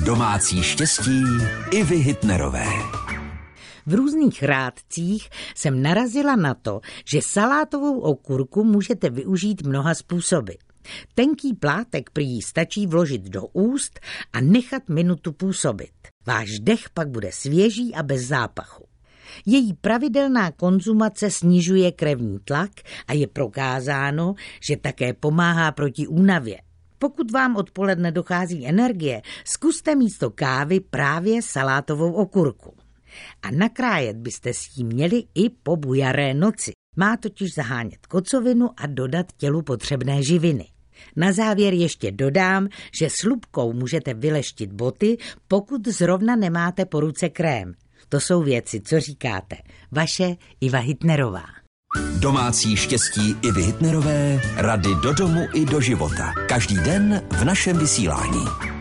Domácí štěstí Ivy Hitnerové. V různých rádcích jsem narazila na to, že salátovou okurku můžete využít mnoha způsoby. Tenký plátek prý stačí vložit do úst a nechat minutu působit. Váš dech pak bude svěží a bez zápachu. Její pravidelná konzumace snižuje krevní tlak a je prokázáno, že také pomáhá proti únavě. Pokud vám odpoledne dochází energie, zkuste místo kávy právě salátovou okurku. A nakrájet byste si ji měli i po bujaré noci. Má totiž zahánět kocovinu a dodat tělu potřebné živiny. Na závěr ještě dodám, že s lupkou můžete vyleštit boty, pokud zrovna nemáte po ruce krém. To jsou věci, co říkáte. Vaše Iva Hitnerová. Domácí štěstí Ivy Hitnerové, rady do domu i do života. Každý den v našem vysílání.